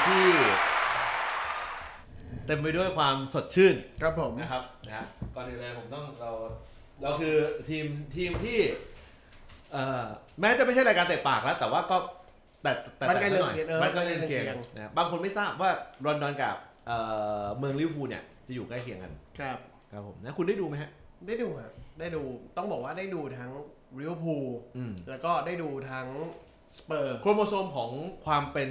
ที่เต็มไปด้วยความสดชื่นครับผมนะครับนะก่อนอื่นเลยผมต้องเราคือทีมที่แม้จะไม่ใช่รายการเตะปากแล้วแต่ว่าก็แต่มันใกล้เรือนเคียงนะบางคนไม่ทราบว่าลอนดอนกับเมืองลิเวอร์พูลเนี่ยจะอยู่ใกล้เคียงกันครับผมนะคุณได้ดูไหมฮะได้ดูครับได้ดูต้องบอกว่าได้ดูทั้งลิเวอร์พูลแล้วก็ได้ดูทั้งสเปอร์โครโมโซมของความเป็น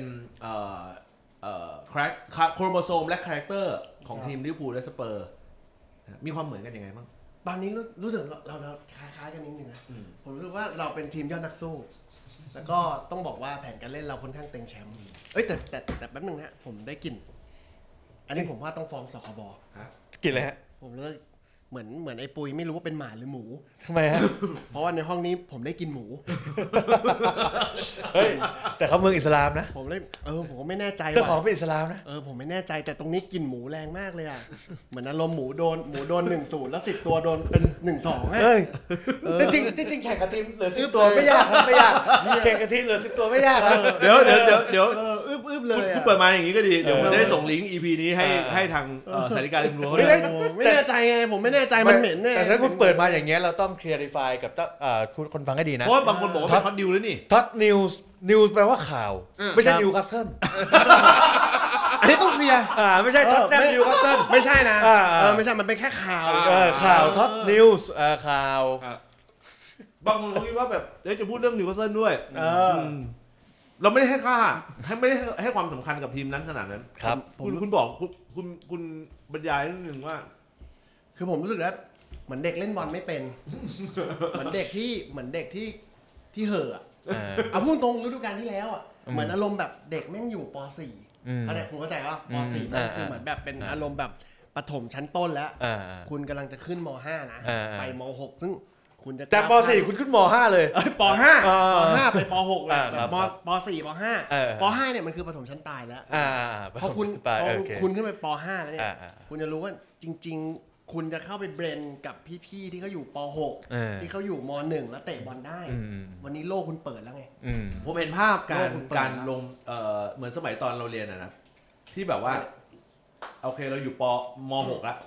โครโมโซมและคาแรคเตอร์ของทีมลิเวอร์พูลและสเปอร์มีความเหมือนกันยังไงบ้างตอนนี้รู้สึกเราคล้ายๆกันนิดนึงนะผมรู้สึกว่าเราเป็นทีมยอดนักสู้แล้วก็ต้องบอกว่าแผนการเล่นเราค่อนข้างเต็งแชมป์แต่แป๊บนึงนะผมได้กลิ่นอันนี้ผมว่าต้องฟ้องสคบกลิ่นอะไรฮะผมเลยเหมือนไอ้ปุยไม่รู้ว่าเป็นหมาหรือหมูทำไมฮะเพราะว่าในห้องนี้ผมได้กินหมูเฮ้ยแต่เขาเมืองอิสลามนะผมเลยผมก็ไม่แน่ใจเจ้าของเป็นอิสลามนะผมไม่แน่ใจแต่ตรงนี้กินหมูแรงมากเลยอ่ะเหมือนอารมณ์หมูโดน 1-0 แล้ว10ตัวโดนเป็น 1-2 เฮ้ยจริงแข่งกับทีมเหลือ10ตัวไม่ยากครับไม่ยากแข่งกับทีมเหลือ10ตัวไม่ยากครับเดี๋ยวอึ้บเลยคุณเปิดมาอย่างนี้ก็ดีเดี๋ยวผมจะได้ส่งลิงก์ EP นี้ให้ทางสายการเรียนรู้ไม่แน่ใจไงผมไม่แน่ใจมันเหม็นแน่แต่ถ้าคุณเปิดมาอย่างเงี้ยเราต้องเคลียร์ไฟกับคนฟังให้ดีนะเพราะว่าบางคนบอกว่าเป็นท็อตนิวแล้วนี่ท็อตนิวส์แปลว่าข่าวไม่ใช่นิวคาสเซิลอันนี้ต้องเคลียร์ไม่ใช่ท็อตนิวคาสเซิลไม่ใช่นะไม่ใช่มันเป็นแค่ข่าวท็อตนิวส์ข่าวบางคนเขาคิดว่าแบบจะพูดเรื่องนิวคาสเซิลด้วยเราไม่ได้ให้ค่าไม่ได้ให้ความสำคัญกับทีมนั้นขนาดนั้นครับคุณบอกคุณบรรยายนิดนึงว่าคือผมรู้สึกว่าเหมือนเด็กเล่นบอลไม่เป็นเหมือนเด็กที่เห่อเอาพูดตรงฤดูกาลที่แล้วอ่ะเหมือนอารมณ์แบบเด็กแม่งอยู่ป .4 คุณเข้าใจว่าป .4 มันคือเหมือนแบบเป็นอารมณ์แบบประถมชั้นต้นแล้วคุณกำลังจะขึ้นม .5 นะไปม .6 ซึ่งคุณจะจากป .4 คุณขึ้นม .5 เลยป .5 ไปป .6 เลยป .4 ป .5 ป .5 เนี่ยมันคือประถมชั้นปลายแล้วพอคุณขึ้นไปป .5 แล้วเนี่ยคุณจะรู้ว่าจริงๆคุณจะเข้าไปเบรนกับพี่ๆที่เขาอยู่ป .6 ที่เขาอยู่ม .1 แล้วเตะบอลได้วันนี้โลกคุณเปิดแล้วไงผมเห็นภาพการลงเหมือนสมัยตอนเราเรียนนะที่แบบว่าโอเคเราอยู่ม .6 แล้ว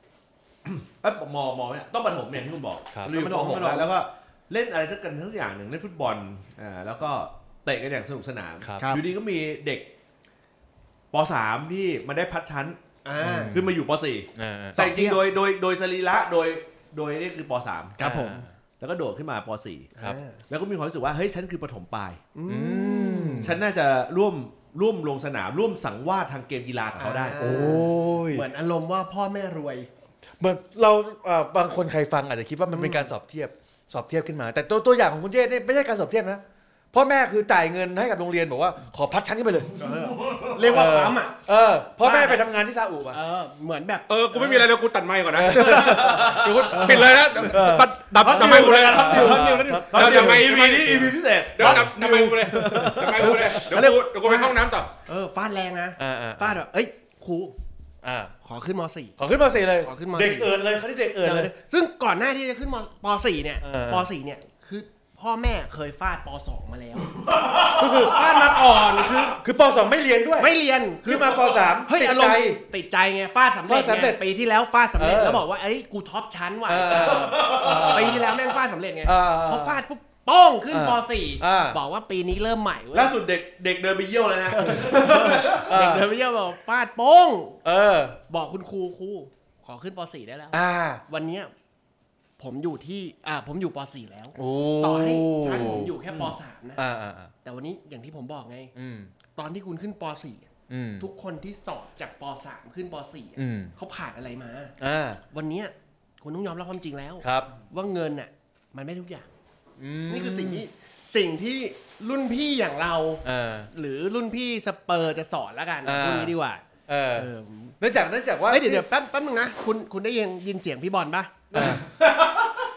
มเนี่ยต้องประถมเนี่ยที่คุณบอกเราอยู่ป .6 แล้วก็เล่นอะไรสักกันทั้งอย่างหนึ่งเล่นฟุตบอลแล้วก็เตะกันอย่างสนุกสนานอยู่ดีก็มีเด็กป .3 ที่มาได้พัดชั้นขึ้นมาอยู่ป .4 แต่จริงโดยสรีระโดยนี่คือป .3 ครับผมแล้วก็โดดขึ้นมาป .4 แล้วก็มีความรู้สึกว่าเฮ้ยฉันคือประถมปลายฉันน่าจะร่วมลงสนามร่วมสังวาสทางเกมกีฬากับเขาได้เหมือนอารมณ์ว่าพ่อแม่รวยเหมือนเราบางคนใครฟังอาจจะคิดว่ามันเป็นการสอบเทียบขึ้นมาแต่ตัวอย่างของคุณเจษนี่ไม่ใช่การสอบเทียบนะพ่อแม่คือจ่ายเงินให้กับโรงเรียนบอกว่าขอพัดชั้นขึ้นไปเลยเรียกว่าปั๊มพ่อแม่ไปทำงานที่ซาอุอ่ะเหมือนแบบกูไม่มีอะไรเดี๋ยวกูตัดไมค์ก่อนนะเดี๋ยวกูปิดเลยนะดับไมค์กูเลยดับไมค์ EP พิเศษเดี๋ยวดับไมค์กูเลยดับไมค์กูเลยเดี๋ยวกูไปเข้าห้องน้ำต่อฟาดแรงนะฟาดแบบครูขอขึ้นม .4 ขอขึ้นม .4 เลยเด็กเอิร์ดเลยเขาที่เด็กเอิร์ดเลยซึ่งก่อนหน้าที่จะขึ้นป .4 เนี่ยป .4 เนี่ยคือพ่อแม่เคยฟาดป .2 มาแล้วคือฟาดมาก่อนคือป .2 ไม่เรียนด้วยไม่เรียนขึ้นมาป .3 เฮ้ยอารมณ์ติดใจไงฟาดสำเร็จปีที่แล้วฟาดสำเร็จแล้วบอกว่ากูท็อปชั้นว่ะปีที่แล้วแม่งฟาดสำเร็จไงพอฟาดปุ๊บป้องขึ้นป .4 บอกว่าปีนี้เริ่มใหม่เว้ยล่าสุดเด็กเดินไปเยี่ยวแล้วนะเด็กเดินไปเยี่ยวบอกฟาดโป้งบอกคุณครูขอขึ้นป .4 ได้แล้ววันนี้ผมอยู่ป .4 แล้วต่อให้ชั้นผมอยู่แค่ป .3 นะแต่วันนี้อย่างที่ผมบอกไงตอนที่คุณขึ้นป .4 ทุกคนที่สอบจากป .3 ขึ้นป .4 เขาผ่านอะไรมาวันนี้คุณต้องยอมรับความจริงแล้วว่าเงินน่ะมันไม่ทุกอย่างนี่คือสิ่งที่รุ่นพี่อย่างเราหรือรุ่นพี่สเปอร์จะสอนแล้วกันพวกนี้ดีกว่าเนื่องจากว่าเดี๋ยวแป๊บนึงนะคุณได้ยินเสียงพี่บอลป่ะ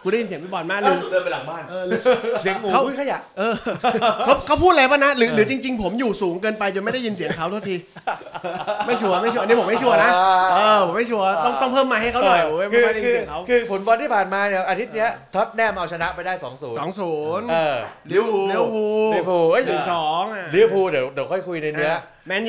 กูได้ยินเสียงพี่บอลมากล่าสุดเดินไปหลังบ้านเสียงหมูคุยขยะเขาพูดอะไรป่ะนะหรือจริงๆผมอยู่สูงเกินไปจนไม่ได้ยินเสียงเขาทุกทีไม่ชัวร์อันนี้ผมไม่ชัวร์นะผมไม่ชัวร์ต้องเพิ่มมาให้เขาหน่อยผมไม่ได้ยินเสียงเขาคือผลบอลที่ผ่านมาเนี่ยอาทิตย์เนี้ยท็อตแนมเอาชนะไปได้ 2-0 2-0 ลิเวอร์พูลลิเวอร์พูลลิเวอร์พูลเอ้ย 1-2 ลิเวอร์พูลเดี๋ยวค่อยคุยในเนื้อแมนยู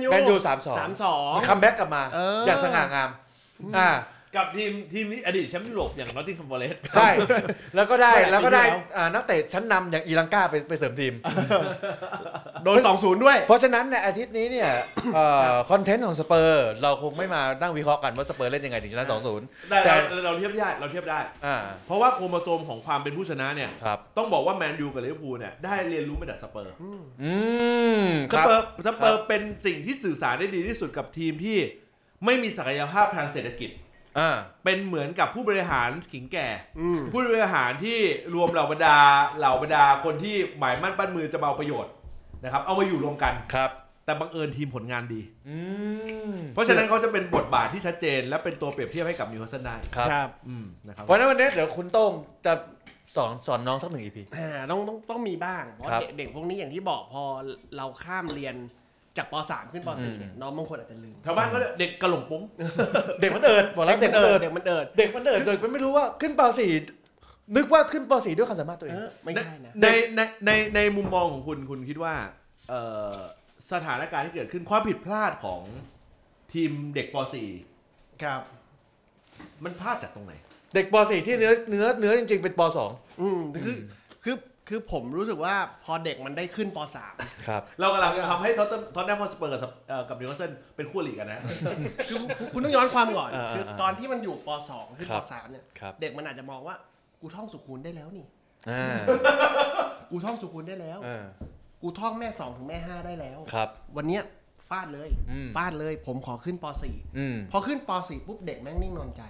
3-2 คัมแบ็กกลับมาอย่างสง่างามกับทีมนี้อดีตแชมป์ยุโรปอย่าง Nottingham Forest ใช่แล้วก็ได้นักเตะชั้นนำอย่างอีลังกาไปเสริมทีมโดน 2-0 ด้วยเพราะฉะนั้นในอาทิตย์นี้เนี่ยคอนเทนต์ของสเปอร์เราคงไม่มานั่งวิเคราะห์กันว่าสเปอร์เล่นยังไงถึงชนะ 2-0 แต่เราเทียบได้เพราะว่าโครโมโซมของความเป็นผู้ชนะเนี่ยต้องบอกว่าแมนยูกับลิเวอร์พูลเนี่ยได้เรียนรู้มาจากสเปอร์สเปอร์เป็นสิ่งที่สื่อสารได้ดีที่สุดกับทีมที่ไม่มีศักยภาพทางเศรษฐกิจเป็นเหมือนกับผู้บริหารขิงแก่ผู้บริหารที่รวมเหล่าบรรดาคนที่หมายมั่นปั้นมือจะมาเอาประโยชน์นะครับเอามาอยู่รวมกันครับแต่บังเอิญทีมผลงานดีเพราะฉะนั้นเขาจะเป็นบทบาทที่ชัดเจนและเป็นตัวเปรียบเทียบให้กับนิวคาสเซิลได้ครับนะครับเพราะฉะนั้นวันนี้เดี๋ยวคุณโต้งจะสอนน้องสัก1 EP ต้องมีบ้างเพราะเด็กพวกนี้อย่างที่บอกพอเราข้ามเรียนจากป .3 ขึ้นป .4 เนี่ยน้องบางคนอาจจะลืมชาวบ้านก็เด็กกระหล่งปุ้งเด็กมันเอิดบอกแล้วเด็กมันเอิดโดยไม่รู้ว่าขึ้นป .4 นึกว่าขึ้นป .4 ด้วยความสามารถตัวเองไม่ใช่นะในมุมมองของคุณคิดว่าสถานการณ์ที่เกิดขึ้นความผิดพลาดของทีมเด็กป .4 ครับมันพลาดจากตรงไหนเด็กป .4 ที่เนื้อจริงๆเป็นป .2 คือผมรู้สึกว่าพอเด็กมันได้ขึ้นป .3 ครับเรากำลังทำให้ท็อตแนมฮอตสเปอร์กับนิวคาสเซิลเป็นคู่อริกันนะคือคุณต้องย้อนความก่อนคือตอนที่มันอยู่ป .2 ขึ้นป .3 เนี่ยเด็กมันอาจจะมองว่ากูท่องสุขุนได้แล้วนี่กูท่องสุขุนได้แล้วกูท่องแม่2ถึงแม่5ได้แล้ววันเนี้ยฟาดเลยผมขอขึ้นป .4 พอขึ้นป .4 ปุ๊บเด็กแม่งนิ่งนอนใจ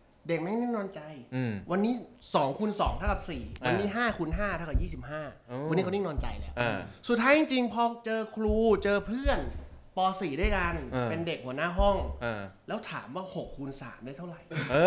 วันนี้2 คูณ 2 เท่ากับ4วันนี้5 คูณ 5 เท่ากับ25วันนี้เขานิ่งนอนใจแล้วสุดท้ายจริงๆพอเจอครูเจอเพื่อนป .4 ด้วยกันเป็นเด็กหัวหน้าห้องแล้วถามว่า6 คูณ 3 ได้เท่าไหร่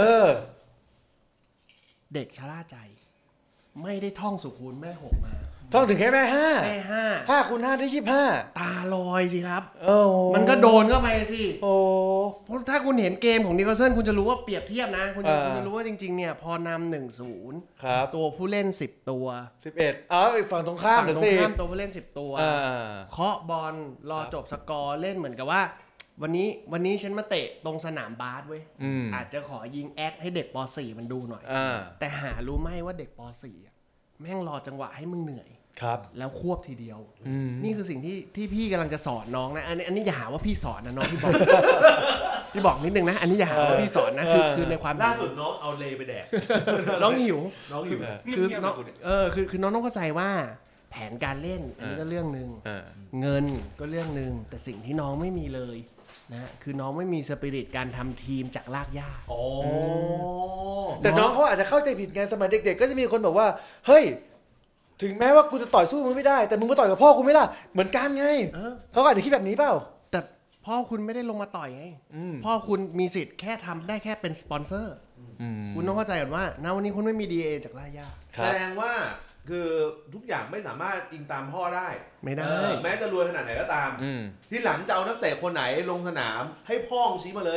เด็กชะล่าใจไม่ได้ท่องสุขุนแม่6มาท่องถึงแค่แม่5คูณ 5 ได้25 ตาลอยสิครับมันก็โดนเข้าไปสิเพราะถ้าคุณเห็นเกมของนิวคาสเซิลคุณจะรู้ว่าเปรียบเทียบนะคุณจะรู้ว่าจริงๆเนี่ยพอนำ 1-0 ตัวผู้เล่น10ตัว 11ฝั่งตรงข้ามตัวผู้เล่น10ตัวเคาะบอลรอจบสกอร์เล่นเหมือนกับว่าวันนี้ฉันมาเตะตรงสนามบาสเว้ยอาจจะขอยิงแอคให้เด็กป .4 มันดูหน่อยแต่หารู้ไหมว่าเด็กป .4 แม่งรอจังหวะให้มึงเหนื่อยแล้วควบทีเดียวนี่คือสิ่งที่พี่กำลังจะสอนน้องนะอันนี้อย่าหาว่าพี่สอนนะน้องพี่บอกนิดนึงนะอันนี้อย่าหาว่าพี่สอนนะคือในความล่าสุดน้องเอาเลไปแดกน้องหิวคือน้องคือน้องต้องเข้าใจว่าแผนการเล่นอันนี้ก็เรื่องนึงเงินก็เรื่องนึงแต่สิ่งที่น้องไม่มีเลยนะคือน้องไม่มีสปิริตการทำทีมจากรากหญ้าแต่น้องเขาอาจจะเข้าใจผิดไงสมัยเด็กๆก็จะมีคนบอกว่าเฮ้ยถึงแม้ว่ากูจะต่อยสู้มึงไม่ได้แต่มึงมาต่อยกับพ่อกูไม่ล่ะเหมือนกันไงเขาอาจจะคิดแบบนี้เปล่าแต่พ่อคุณไม่ได้ลงมาต่อยไงพ่อคุณมีสิทธิ์แค่ทำได้แค่เป็นสปอนเซอร์คุณต้องเข้าใจก่อนว่าณวันนี้คุณไม่มี DNA จากรากหญ้าแสดงว่าคือทุกอย่างไม่สามารถอิงตามพ่อได้ไม่ได้แม้จะรวยขนาดไหนก็ตามที่หลังจะเอานักเตะคนไหนลงสนามให้พ่อชี้มาเลย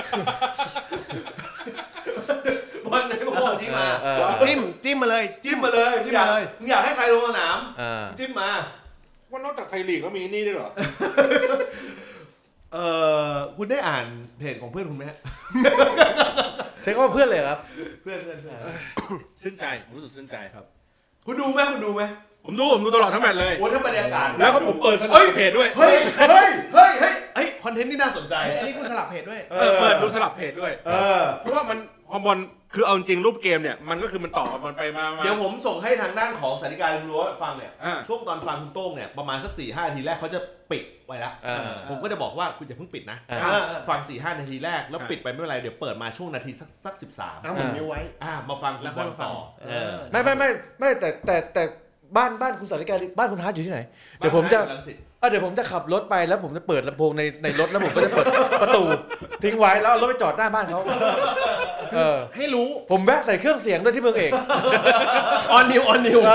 วันไหนพ่อชี้มาจิ้มมาเลยมึงอยากให้ใครลงสนามจิ้มมาว่านอกจากไทยลีกก็มีนี่ด้วยเหรอคุณได้อ่านเพจของเพื่อนคุณไหมใช่ว่าเพื่อนเลยครับเพื่อนชื่นใจรู้สึกชื่นใจครับคุณดูไหมผมดูตลอดทั้งแมตช์เลยโอ้ทั้งบรรยากาศแล้วก็ผมเปิดสลับเพจด้วยเฮ้ยคอนเทนต์นี่น่าสนใจอันนี้คุณสลับเพจด้วยเปิดดูสลับเพจด้วยเพราะว่ามันพอบอลคือเอาจริงรูปเกมเนี่ยมันก็คือมันต่อมันไปมาเดี๋ยวผมส่งให้ทางด้านของสาริการั้วฟังเนี่ยช่วงตอนฟังคุณโต้งเนี่ยประมาณสัก 4-5 นาทีแรกเขาจะปิดไว้แล้วผมก็จะบอกว่าคุณอย่าเพิ่งปิดนะฟัง 4-5 นาทีแรกแล้วปิดไปไม่เป็นไรเดี๋ยวเปิดมาช่วงนาทีสัก 13 ผมไม่ไว้มาฟังแล้วก็ฟังไม่แต่บ้านคุณสาริกาบ้านคุณฮาร์ดอยู่ที่ไหนเดี๋ยวผมจะขับรถไปแล้วผมจะเปิดลำโพงในรถแล้วผมก็จะเปิดประตูทิ้งไว้แล้วรถไปจอดหน้าบ้านเขาให้รู้ผมแวะใส่เครื่องเสียงด้วยที่เมืองเอกออนนิว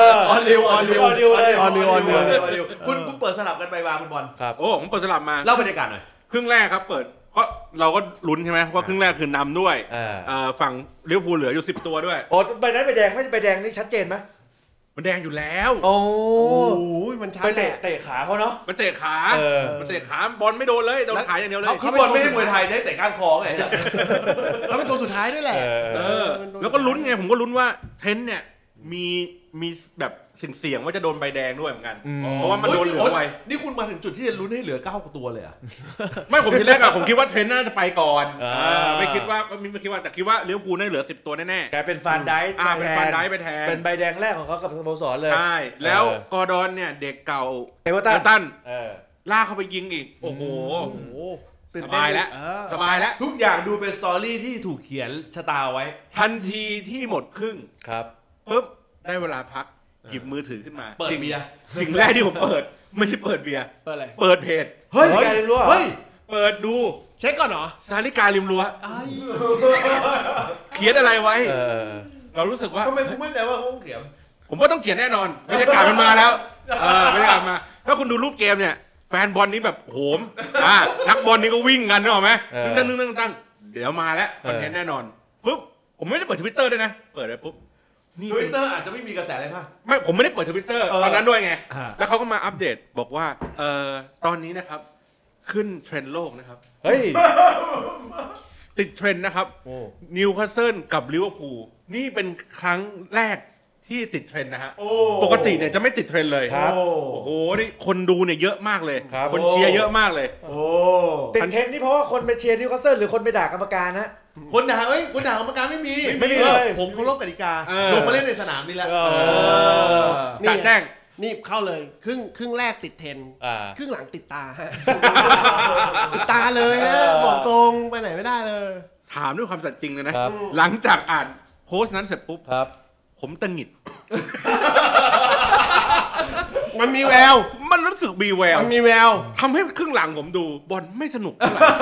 คุณเปิดสลับกันไปมาคุณบอลโอ้ผมเปิดสลับมาเล่าบรรยากาศหน่อยครึ่งแรกครับเปิดก็เราก็ลุ้นใช่ไหมว่าครึ่งแรกคือนำด้วยฝั่งลิเวอร์พูลเหลืออยู่10ตัวด้วยโอ้ใบนั้นใบแดงไม่ใบแดงนี่ชัดเจนไหมมันแดงอยู่แล้วโอ้มันชัดไปแหละเตะขาเขาเนาะมันเตะขาบอลไม่โดนเลยโดนขาอย่างเดียวเลยเขาบอลไม่ให้มวยไทยได้แต่ก้านคอไงเขาเป็นตัวสุดท้ายด้วยแหละแล้วก็ลุ้นไงผมก็ลุ้นว่าเทนเนี่ยมีแบบเสี่ยงว่าจะโดนใบแดงด้วยเหมือนกันเพราะว่ามันโดนเหลือไว้นี่คุณมาถึงจุดที่จะลุ้นให้เหลือ9ตัวเลยอ่ะไม่ผมทีแรกอะผมคิดว่าเทรนน่าจะไปก่อนไม่คิดว่าแต่คิดว่าลิเวอร์พูลน่าเหลือ10ตัวแน่ๆกลายเป็นฟานไดซ์เป็นฟานไดซ์ไปแทนเป็นใบแดงแรกของเขากับสโมสรเลยใช่แล้วกอร์ดอนเนี่ยเด็กเก่าเอเวอร์ตันลากเข้าไปยิงอีกโอ้โหสบายแล้วทุกอย่างดูเป็นสตอรี่ที่ถูกเขียนชะตาไว้ทันทีที่หมดครึ่งครับปุ๊บได้เวลาพักหยิบมือถือขึ้นมาเปิดเบียร์สิ่งแรกที่ผมเปิดไม่ใช่เปิดเบียร์เปิดอะไรเปิดเพจเฮ้ยริมรั้วเปิดดูเช็คก่อนเหรอสาริการิมรั้วเขียนอะไรไว้เรารู้สึกว่าทำไมคุณมั่นใจว่าเขาต้องเขียนผมว่าต้องเขียนแน่นอนบรรยากาศมันมาแล้วบรรยากาศมาถ้าคุณดูรูปเกมเนี่ยแฟนบอลนี้แบบโหมนักบอลนี่ก็วิ่งกันนึกออกไหมตั้งเดี๋ยวมาแล้วคอนเทนต์แน่นอนปุ๊บผมไม่ได้เปิด Twitter ด้วยนะเปิดไปปุ๊บ Twitter อาจจะไม่มีกระแสอะไรมากไม่ผมไม่ได้เปิด Twitter ตอนนั้นด้วยไงแล้วเขาก็มาอัปเดตบอกว่าตอนนี้นะครับขึ้นเทรนด์โลกนะครับเฮ้ยติดเทรนด์นะครับนิวคาสเซิลกับลิเวอร์พูลนี่เป็นครั้งแรกที่ติดเทรนด์นะฮะปกติเนี่ยจะไม่ติดเทรนด์เลยโอ้โหนี่คนดูเนี่ยเยอะมากเลยคนเชียร์เยอะมากเลยติดเทรนด์นี่เพราะว่าคนไปเชียร์นิวคาสเซิลหรือคนไปด่ากรรมการฮะคนด่ากรรมการไม่มีเลยผมเคารพกติกาลงมาเล่นในสนามนี่แหละนี่แจ้งนี่เข้าเลยครึ่งแรกติดเทรนครึ่งหลังติดตาติดตาเลยนะบอกตรงไปไหนไม่ได้เลยถามด้วยความสัตย์จริงเลยนะหลังจากอ่านโพสต์นั้นเสร็จปุ๊บผมตังหิดมันมีแววมันรู้สึกมีแววมันมีแววทำให้ครึ่งหลังผมดูบอลไม่สนุก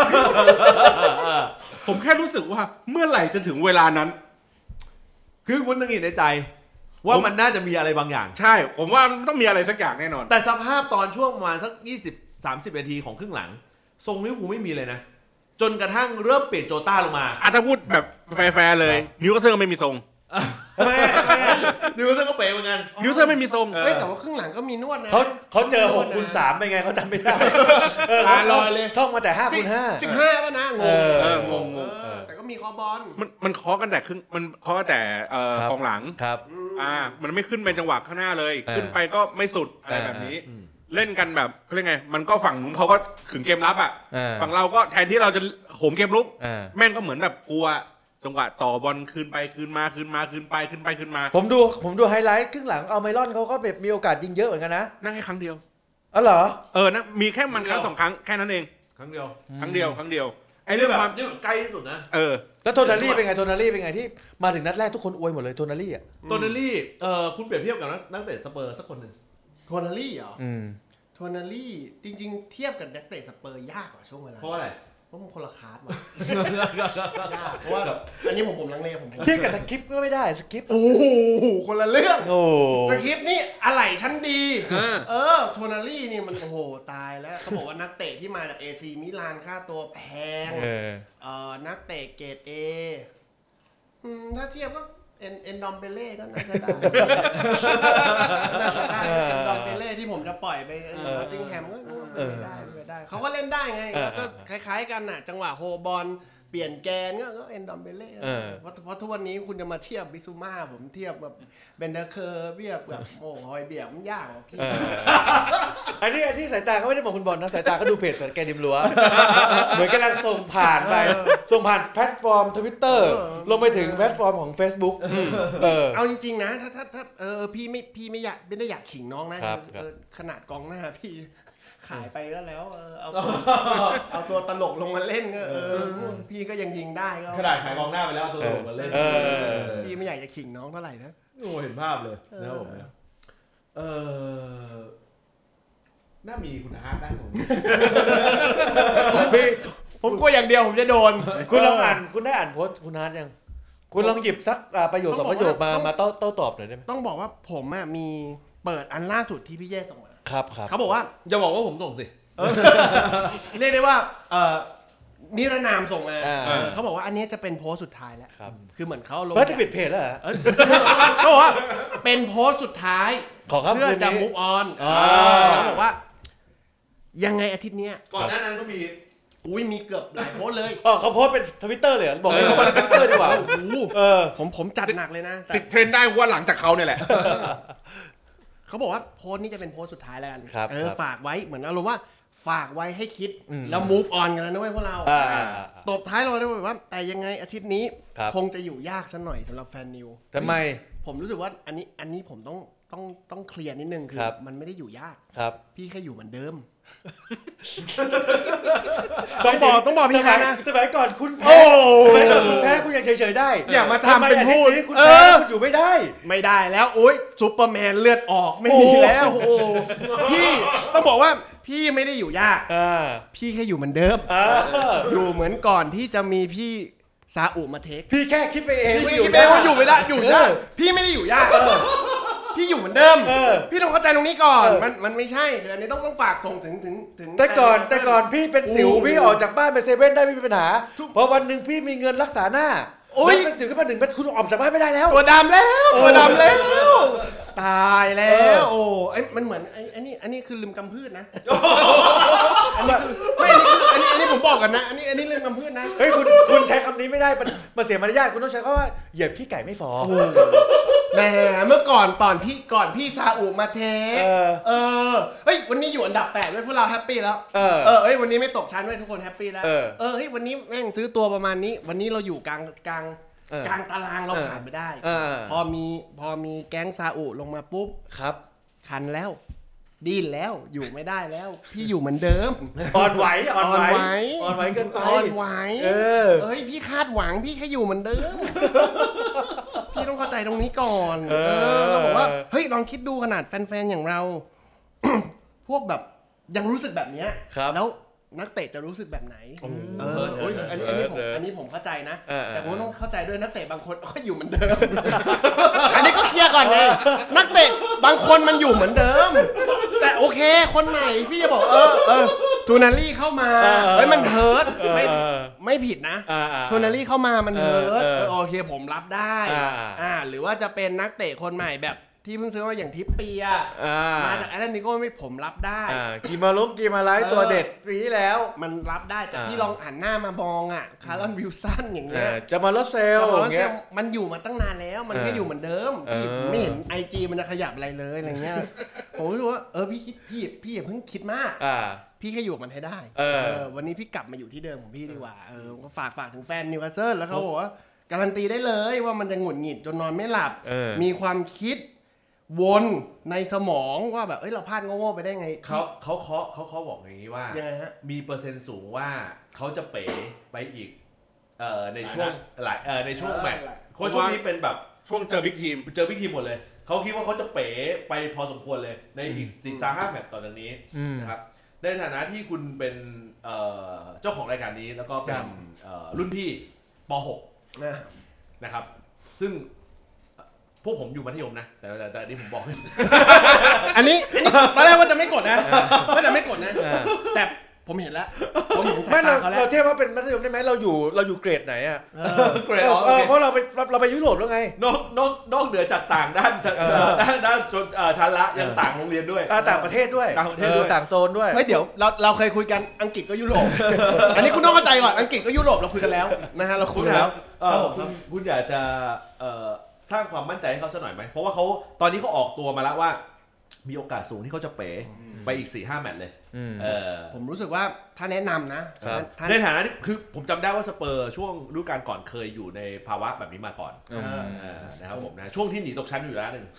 ผมแค่รู้สึกว่าเมื่อไหร่จะถึงเวลานั้นคือคุณตังหิดในใจว่ามันน่าจะมีอะไรบางอย่างใช่ผมว่ามันต้องมีอะไรสักอย่างแน่นอนแต่สภาพตอนช่วงประมาณสัก20-30 นาทีของครึ่งหลังทรงลิเวอร์พูลไม่มีเลยนะจนกระทั่งเริ่มเปลี่ยนโจต้าลงมาถ้าพูดแบบแฟร์ๆเลยนิวคาสเซิลไม่มีทรงนิวคาสเซิลก็เป๋เหมือนกันนิวคาสเซิลไม่มีทรงแต่ว่าครึ่งหลังก็มีนวดนะเขาเจอ6-3ไปไงเขาจำไม่ได้ลอยเลยท่องมาแต่5-5 15ป่ะนะงงแต่ก็มีคอบอลมันเคาะกันแต่ครึ่งมันเคาะแต่กองหลังครับมันไม่ขึ้นเป็นจังหวะข้างหน้าเลยขึ้นไปก็ไม่สุดอะไรแบบนี้เล่นกันแบบเรียกไงมันก็ฝั่งนู้นเขาก็ขึงเกมรับฝั่งเราก็แทนที่เราจะโหมเกมรุกแม่งก็เหมือนแบบกลัวจังหวะต่อบอลคืนไปคืนมาผมดูไฮไลท์ครึ่งหลังเอาไมลอนเขาก็แบบมีโอกาสยิงเยอะเหมือนกันนะนั่งแค่ครั้งเดียวเหรอนะมีแค่มันครั้ง2ครั้งแค่นั้นเองครั้งเดียวไอ้เรื่องความนี่ใกล้ที่สุดนะแล้วโทนารี่เป็นไงที่มาถึงนัดแรกทุกคนอวยหมดเลยโทนารี่คุณเปรียบเทียบกับนักเตะสเปอร์สักคนหนึ่งโทนารี่เหรอโทนารี่จริงๆเทียบกับนักเตะสเปอร์ยากกว่าช่วงเวลาเพราะอะไรเพราะมันคนละคลาสมาเพราะว่าอันนี้ผมลังเลผมเทียบกับสคริปต์ก็ไม่ได้สคริปต์โอ้โหคนละเรื่องสคริปต์นี่อะไรชั้นดีโทนารี่นี่มันโอ้โหตายแล้วเขาบอกว่านักเตะที่มาจากเอซีมิลานค่าตัวแพงนักเตะเกรดเอถ้าเทียบก็เอ็นดอมเปเล่ก็น่าจะได้เอ็นดอมเปเล่ที่ผมจะปล่อยไปนอตติงแฮมก็ไม่ได้เขาก็เล่นได้ไงก็คล้ายๆกันน่ะจังหวะโฮบอลเปลี่ยนแกนก็เอ็นดอมเปเล่เพราะทุกวันนี้คุณจะมาเทียบบิซูม่าผมเทียบแบบเบนเดอร์เคอร์เทียบแบบโอ้ฮอยเบียร์มันยากพี่อันที่สายตาเขาไม่ได้มองคุณบอลนะสายตาเขาดูเพจสแกนริมรั้วเหมือนกำลังส่งผ่านแพลตฟอร์ม Twitter ลงไปถึงแพลตฟอร์มของ Facebook เอาจริงๆนะถ้าพี่ไม่อยากไม่ได้อยากขิงน้องนะขนาดกองหน้าพี่ขายไปก็แล้วเอาตัวตลกลงมาเล่นก็พี่ก็ยังยิงได้ก็ขนาดขายกองหน้าไปแล้วตัวตลกมาเล่นพี่ไม่อยากจะขิงน้องเท่าไหร่นะโอ้เห็นภาพเลยนะครับผมน่ามีคุณอาร์ตได้ผมกลัวอย่างเดียวผมจะโดนคุณลองอ่านคุณได้อ่านโพสต์คุณอาร์ตยังคุณลองหยิบสักประโยค2ประโยคมาโต้ตอบหน่อยได้ไหมต้องบอกว่าผมมีเปิดอันล่าสุดที่พี่เย่ส่งมาครับเขาบอกว่าอย่าบอกว่าผมส่งสิเรียกได้ว่านิรนามส่งมาอ่าเขาบอกว่าอันนี้จะเป็นโพสต์สุดท้ายแล้วครับคือเหมือนเขาลงเพิ่งจะปิดเพจแล้วเหรอเขาบอกว่าเป็นโพสต์สุดท้ายของครับเพื่อจะคืนนี้ move on อ่าเขาบอกว่า ยังไงอาทิตย์เนี้ยก่อนหน้านั้นก็มีมีเกือบหลายโพสต์เลยเขาโพสต์เป็นทวิตเตอร์เลยเหรอบอกให้เขามาทวิตเตอร์ดีกว่าโอ้โห ผมจัดหนักเลยนะแต่ติดเทรนด์ได้ว่าหลังจากเขาเนี่ยแหละเขาบอกว่าโพสต์นี้จะเป็นโพสต์สุดท้ายแล้วกันครับฝากไว้เหมือนอารมณ์ว่าฝากไว้ให้คิดอืมแล้ว move on กันแล้วนะเว้ยพวกเราอ่าตบท้ายเราได้แบบว่า แต่ยังไงอาทิตย์นี้ครับคงจะอยู่ยากซะหน่อยสำหรับแฟนนิวทำไมผมรู้สึกว่าอันนี้ผมต้องเคลียร์นิดนึงคือครับมันไม่ได้อยู่ยากครับพี่แค่อยู่เหมือนเดิม ต้องบอกพี่นะสมัยก่อนคุณโอ้แพ้คุณยังเฉยๆได้อย่ามาทำเป็นพูดทำไมอาทิตย์นี้คุณแพ้คุณอยู่ไม่ได้ไม่ได้แล้วโอ๊ยซูเปอร์แมนเลือดออกไม่มีแล้วโอ้โหพี่ต้องบอกว่าพี่ไม่ได้อยู่ยาก พี่แค่อยู่เหมือนเดิม อยู่เหมือนก่อนที่จะมีพี่ซาอุมาเทคพี่แค่คิดไปเองพี่คิดเองว่าอยู่ไม่ได้อยู่ยากพี่ไม่ได้อยู่ยากพี่อยู่เหมือนเดิม พี่ต้องเข้าใจตรงนี้ก่อนมันไม่ใช่คืออันนี้ต้องฝากส่งถึงแต่ก่อนพี่เป็นสิวพี่ออกจากบ้านไปเซเว่นได้ไม่มีปัญหาพอวันหนึ่งพี่มีเงินรักษาหน้าแล้วเป็นสิวขึ้นมา1 เม็ดคุณออกจากบ้านไม่ได้แล้วตัวดำแล้วตายแล้วโอ้ไอ้มันเหมือนอันนี้คือลืมกำพืชนะอันนี้ผมบอกกันนะอันนี้ลืมกำพืชนะเฮ้ยคุณใช้คำนี้ไม่ได้มันเสียมารยาทคุณต้องใช้คำว่าเหยียบขี้ไก่ไม่ฟอแหมเมื่อก่อนก่อนพี่ซาอุมาเทคเฮ้ยวันนี้อยู่อันดับ8ด้วยพวกเราแฮปปี้แล้วเฮ้ยวันนี้ไม่ตกชั้นด้วยทุกคนแฮปปี้แล้วเฮ้ยวันนี้แม่งซื้อตัวประมาณนี้วันนี้เราอยู่กลางตารางเราผ่านไปได้พอมีแก๊งซาอุลงมาปุ๊บครับคันแล้วดิ้นแล้วอยู่ไม่ได้แล้ว พี่อยู่เหมือนเดิมอ่อนไหวเกินไปอ่อนไหวเอ้ยพี่คาดหวังพี่แค่อยู่เหมือนเดิม พี่ต้องเข้าใจตรงนี้ก่อนเราบอกว่าเฮ้ยลองคิดดูขนาดแฟนๆอย่างเรา พวกแบบยังรู้สึกแบบเนี้ยแล้วนักเตะจะรู้สึกแบบไหนอันนี้ผมเข้าใจนะแต่ผมต้องเข้าใจด้วยนักเตะบางคนก็อยู่เหมือนเดิม อันนี้ก็เคลียร์ก่อนไงนักเตะบางคนมันอยู่เหมือนเดิม แต่โอเคคนใหม่พี่จะบอกทูนารี่เข้ามาเฮ้ยมันเฮิร์ตไม่ผิดนะทูนารี่เข้ามามันเฮิร์ตโอเคผมรับได้หรือว่าจะเป็นนักเตะคนใหม่แบบที่เพิ่งซื้อมาอย่างทิปเปียมาจากแอตเลติโกไม่ผมรับได้กีมาไลท์ตัวเด็ดปีที่แล้วมันรับได้แต่พี่ลองหันหน้ามามองคาร์ลอนวิลสันอย่างเงี้ยจะมาลอสเซลอย่างเงี้ยมันอยู่มาตั้งนานแล้วมันแค่อยู่เหมือนเดิมพี่ไม่เห็น IG มันจะขยับอะไรเลยอะไรเงี้ยผมรู้สึกว่าพี่อย่าเพิ่งคิดมากพี่แค่อยู่กับมันให้ได้วันนี้พี่กลับมาอยู่ที่เดิมของพี่ดีกว่าก็ฝากถึงแฟนนิวคาสเซิลแล้วเขาบอกว่าการันตีได้เลยว่ามันจะหงุดหงิดจนนอนไม่หลับมีความคิดวนในสมองว่าแบบเราพลาดโง่ๆไปได้ไงเขาบอกอย่างนี้ว่ายังไงฮะมีเปอร์เซ็นต์สูงว่าเขาจะเป๋ไปอีกในช่วงในช่วงแมตช์โค้ชช่วงนี้เป็นแบบช่วงเจอบิ๊กทีมหมดเลยเขาคิดว่าเขาจะเป๋ไปพอสมควรเลยในอีก 4-5 แมตช์ต่อจากนี้นะครับในฐานะที่คุณเป็นเจ้าของรายการนี้แล้วก็เป็นรุ่นพี่ป .6 นะครับซึ่งพวกผมอยู่มัธยมนะแต่อันนี้ผมบอกอันนี้ตอนแรกว่าจะไม่กดนะแต่ผมเห็นแล้วผมเห็นสายตาเขาแล้วเราเทียบว่าเป็นมัธยมได้ไหมเราอยู่เกรดไหนอ่ะเกรดเพราะเราไปยุโรปแล้วไงนอกเหนือจากต่างด้านชั้นละยังต่างโรงเรียนด้วยต่างประเทศด้วยต่างโซนด้วยเฮ้ยเดี๋ยวเราเคยคุยกันอังกฤษก็ยุโรปอันนี้คุณต้องเข้าใจก่อนอังกฤษก็ยุโรปเราคุยกันแล้วนะฮะเราคุยกันแล้วคุณอยากจะสร้างความมั่นใจให้เขาสักหน่อยไหมเพราะว่าเขาตอนนี้เขาออกตัวมาแล้วว่ามีโอกาสสูงที่เขาจะเป๋ไปอีก 4-5 แมตช์เลยผมรู้สึกว่าถ้าแนะนำนะในฐานะที่คือผมจำได้ว่าสเปอร์ช่วงฤดูกาลก่อนเคยอยู่ในภาวะแบบนี้มาก่อนนะครับผมนะช่วงที่หนีตกชั้นอยู่แล้วนึง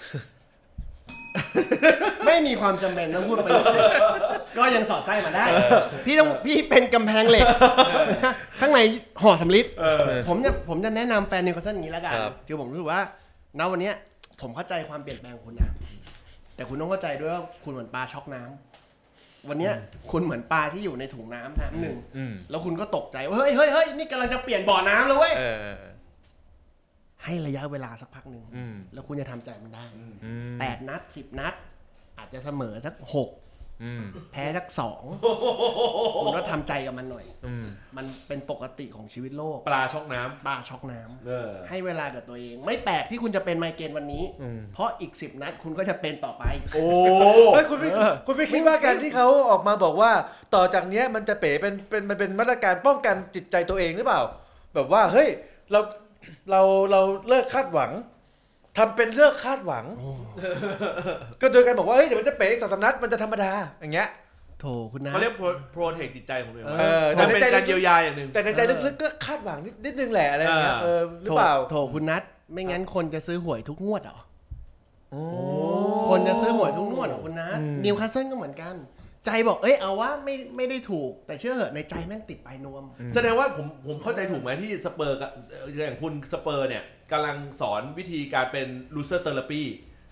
ไม่มีความจำเป็นต้องพูดไปก็ยังสอดไส้มาได้พี่เป็นกำแพงเหล็กข้างในห่อสำลิดผมจะแนะนำแฟนนิวคาสเซิลอย่างนี้แล้วกันคือผมรู้สึกว่าณวันนี้ผมเข้าใจความเปลี่ยนแปลงของคุณนะแต่คุณต้องเข้าใจด้วยว่าคุณเหมือนปลาช็อกน้ำวันนี้คุณเหมือนปลาที่อยู่ในถุงน้ำหนึ่งแล้วคุณก็ตกใจว่าเฮ้ยนี่กำลังจะเปลี่ยนบ่อน้ำแล้วเว้ยให้ระยะเวลาสักพักหนึ่งแล้วคุณจะทำใจมันได้8 นัด 10 นัด อาจจะเสมอสัก6แพ้สัก2คุณก็ทำใจกับมันหน่อยมันเป็นปกติของชีวิตโลกปลาช็อกน้ำปลาช็อกน้ำให้เวลากับตัวเอง ไม่แปลกที่คุณจะเป็นไมเกรนวันนี้เพราะอีก10 นัดคุณก็จะเป็นต่อไปโอ้คุณไม่คิดว่าการที่เขาออกมาบอกว่าต่อจากนี้มันจะเป๋มันเป็นมาตรการป้องกันจิตใจตัวเองหรือเปล่าแบบว่าเฮ้ยเราเลิกคาดหวังทำเป็นเลิกคาดหวังก็โดยการบอกว่าเฮ้ยเดี๋ยวมันจะเป๋อีก2-3 นัดมันจะธรรมดาอย่างเงี้ยโถคุณนะเขาเรียกโปรเทคจิตใจของตัวเองแต่เป็นการเยียวยาอย่างหนึ่งแต่ในใจลึกๆก็คาดหวังนิดนึงแหละอะไรอย่างเงี้ยหรือเปล่าโถคุณนัทไม่งั้นคนจะซื้อหวยทุกงวดเหรอคนจะซื้อหวยทุกงวดเหรอคุณนัทนิวคาสเซิลก็เหมือนกันใจบอกเอาว่าไม่ได้ถูกแต่เชื่อเหอะในใจแม่งติดปลายนวมแสดงว่าผมเข้าใจถูกไหมที่สเปอร์อย่างคุณสเปอร์เนี่ยกำลังสอนวิธีการเป็น loser therapy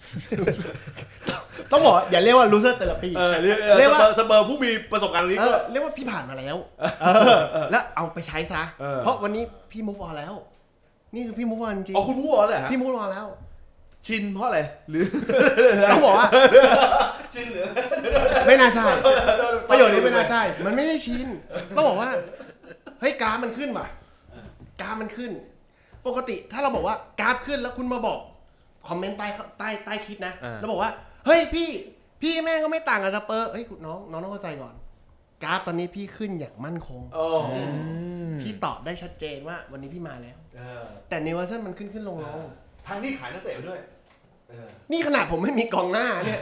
ต้องบอกอย่าเรียกว่า loser therapy เรียกว่าสเปอร์ผู้มีประสบการณ์นี้เรียกว่าพี่ผ่านมาแล้วแล้วเอาไปใช้ซะเพราะวันนี้พี่ move on แล้วนี่คือพี่ move on จริงคุณ move on เลยฮะพี่ move on แล้วชินเพราะอะไรหรือต้องบอกว่าชินหรือไม่น่าใช่ประโยชน์นี้ไม่น่าใช่มันไม่ได้ชินต้องบอกว่าเฮ้ยกราฟมันขึ้นว่ะกราฟมันขึ้นปกติถ้าเราบอกว่ากราฟขึ้นแล้วคุณมาบอกคอมเมนต์ใต้คลิปนะแล้วบอกว่าเฮ้ยพี่แม่งก็ไม่ต่างกับสเปอร์เฮ้ยน้องต้องเข้าใจก่อนกราฟตอนนี้พี่ขึ้นอย่างมั่นคงพี่ตอบได้ชัดเจนว่าวันนี้พี่มาแล้วแต่นิวคาสเซิลมันขึ้นลงทางนี้ขายนักเตะด้วยนี่ขนาดผมไม่มีกองหน้าเนี่ย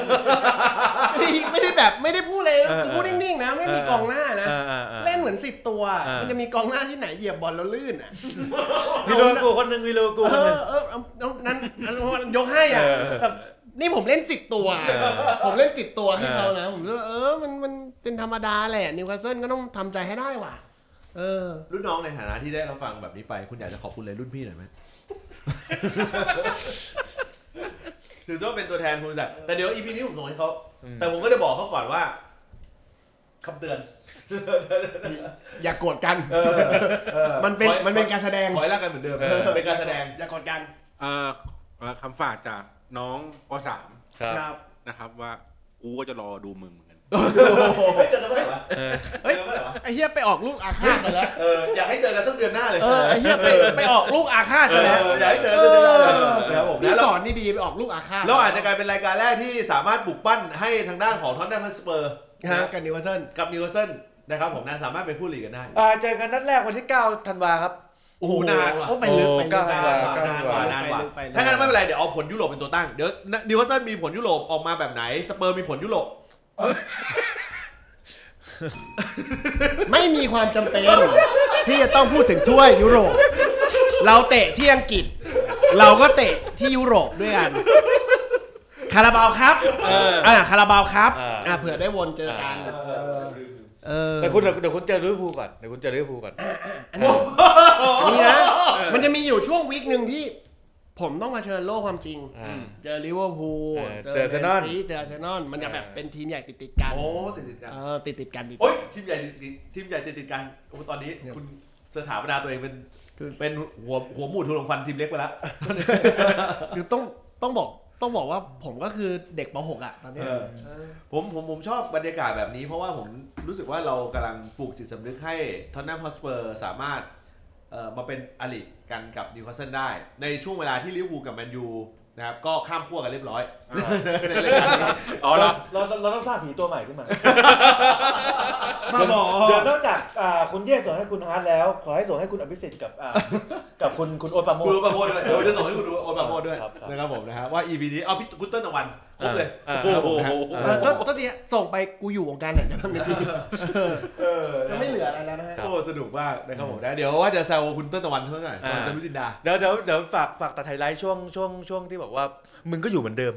ไม่ได้แบบไม่ได้พูดเลยคือพูดนิ่งๆนะไม่มีกองหน้านะเล่นเหมือน10 ตัวมันจะมีกองหน้าที่ไหนเหยียบบอลแล้วลื่นอ่ะมีโลกูคนนึงนั้นยกให้อ่ะแบบนี่ผมเล่น10 ตัวผมเล่น10 ตัวให้เขานะผมรู้ว่ามันเป็นธรรมดาแหละนิวคาสเซิลก็ต้องทำใจให้ได้ว่ะรุ่นน้องในฐานะที่ได้รับฟังแบบนี้ไปคุณอยากจะขอบคุณเลยรุ่นพี่หน่อยไหมถือว่าเป็นตัวแทนคุณแต่เดี๋ยว EP นี้ผมส่งให้เขาแต่ผมก็จะบอกเขาก่อนว่าคำเตือนอย่าโกรธกันมันเป็นการแสดงขอให้รักกันเหมือนเดิมเป็นการแสดงอย่าโกรธกันคำฝากจากน้องป.3 ครับนะครับว่ากูก็จะรอดูมึงเหมือนกันไม่เจอกันเมื่อไหร่วะไอ้เหี้ยไปออกลูกอาฆาตซะแล้วอยากให้เจอกันสักเดือนหน้าเลยไอ้เหี้ยไปออกลูกอาฆาตซะแล้วอยากให้เจอกันเดือนหน้าเลยครับผมนี่สอนนี่ดีไปออกลูกอาฆาตแล้วอาจจะกลายเป็นรายการแรกที่สามารถบุกปั้นให้ทางด้านของท็อตแนมฮอตสเปอร์กับนิวคาสเซิลนะครับผมสามารถไปพูดลีกกันได้เจอกันนัดแรกวันที่9 ธันวาครับโอ้โหนานว่ะไปลึกนานว่ะถ้างั้นไม่เป็นไรเดี๋ยวเอาผลยุโรปเป็นตัวตั้งเดี๋ยวนิวคาสเซิลมีผลยุโรปออกมาแบบไหนสเปอร์มีผลยุโรปไม่มีความจำเป็นที่จะต้องพูดถึงถ้วยยุโรปเราเตะที่อังกฤษเราก็เตะที่ยุโรปด้วยกันคาราบาวครับคาราบาวครับเผื่อได้วนเจอกันแต่เดี๋ยวคุณเจอลิเวอร์พูลก่อนอันนี้นะมันจะมีอยู่ช่วงวีคนึงที่ผมต้องเผชิญโลกความจริงเจอลิเวอร์พูลเจออาร์เซนอลมันจะแบบเป็นทีมใหญ่ติดกันติดกันติดกันโอ้ยทีมใหญ่ติดกันโอ้ตอนนี้คุณสถาปนาตัวเองเป็นหัวหมูทุลงฟันทีมเล็กไปแล้วคือต้องบอกว่าผมก็คือเด็กป .6 อ่ะตอนนี้ผมชอบบรรยากาศแบบนี้เพราะว่าผมรู้สึกว่าเรากำลังปลูกจิตสำนึกให้ท็อตแนมฮอตสเปอร์สามารถมาเป็นอลิกันกับนิวคาสเซิลได้ในช่วงเวลาที่ลิเวอร์พูลกับแมนยูนะครับก็ข้ามขั้วกันเรียบร้อยในรายการนี้เราต้องสร้างผีตัวใหม่ขึ้นมามาบอกเดี๋ยวนอกจากคุณเย่ส่งให้คุณฮาร์ดแล้วขอให้ส่งให้คุณอภิสิทธิ์กับคุณโอ๊ตปราโมช์ด้วยจะส่งให้คุณโอ๊ตปราโมช์ด้วยนะครับผมนะฮะว่า EP นี้เอาพี่กุตเติ้ลตะวันครบเลยต้นทีส่งไปกูอยู่วงการไหนนะบางทีจะไม่เหลืออะไรแล้วนะฮะโอ้สนุกมากนะครับผมนะเดี๋ยวว่าจะแซวคุณเติ้ลตะวันเท่าไหร่ก่อนจะรู้จินดาเดี๋ยวฝากตัดไฮไลท์ช่วงที่บอกว่ามึงก็อยู่เหมือนเดิม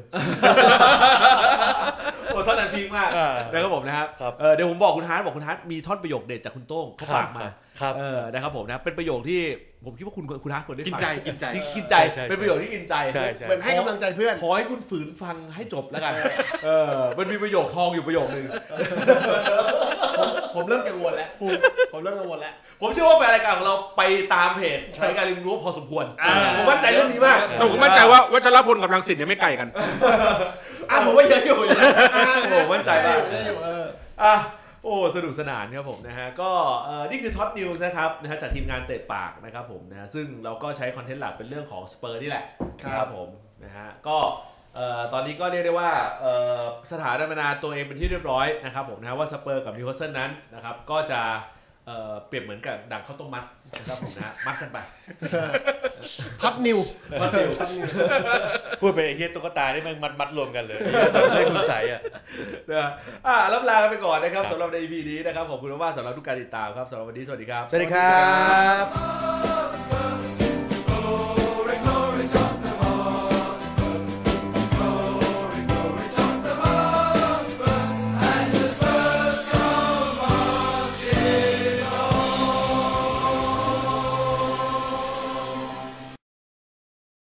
โอ้ท่อนนั้นพีคมากนะครับผมนะครับเดี๋ยวผมบอกคุณฮาร์ดมีท่อนประโยคเด็ดจากคุณโต้งเขาฝากมานะครับผมนะเป็นประโยคที่ผมคิดว่าคุณฮาร์ดควรได้ฟังกินใจเป็นประโยคที่กินใจเหมือนให้กำลังใจเพื่อนขอให้คุณฝืนฟังให้จบแล้วกันมันมีประโยคทองอยู่ประโยคนึงผมเริ่มกังวลแล้วผมเชื่อว่าแฟนรายการของเราไปตามเพจใช้การริมรั้วพอสมควรผมมั่นใจเรื่องนี้มากแต่ผมมั่นใจว่าวัชรพลกับรังสิตเนี่ยไม่ไกลกันผมว่าเยอะอยู่ผมมั่นใจมากโอ้สนุกสนานครับผมนะฮะก็นี่คือท็อปนิวส์นะครับจากทีมงานเตะปากนะครับผมนะฮะซึ่งเราก็ใช้คอนเทนต์หลักเป็นเรื่องของสเปอร์นี่แหละครับผมนะฮะก็ตอนนี้ก็เรียกได้ว่าสถานะตัวเองเป็นที่เรียบร้อยนะครับผมนะว่าสเปอร์กับนิวคาสเซิลนั้นนะครับก็จะเปรียบเหมือนกับดังข้าวต้มมัดนะครับผมนะมัดกันไปท็อปนิวพูดไปไอ้เหี้ยตุ๊กตาได้มันมัดรวมกันเลยได้คุณใสอ่ะรับลากันไปก่อนนะครับสำหรับใน EP นี้นะครับขอบคุณมากๆสำหรับทุกการติดตามครับสำหรับวันนี้สวัสดีครับสวัสดีครับ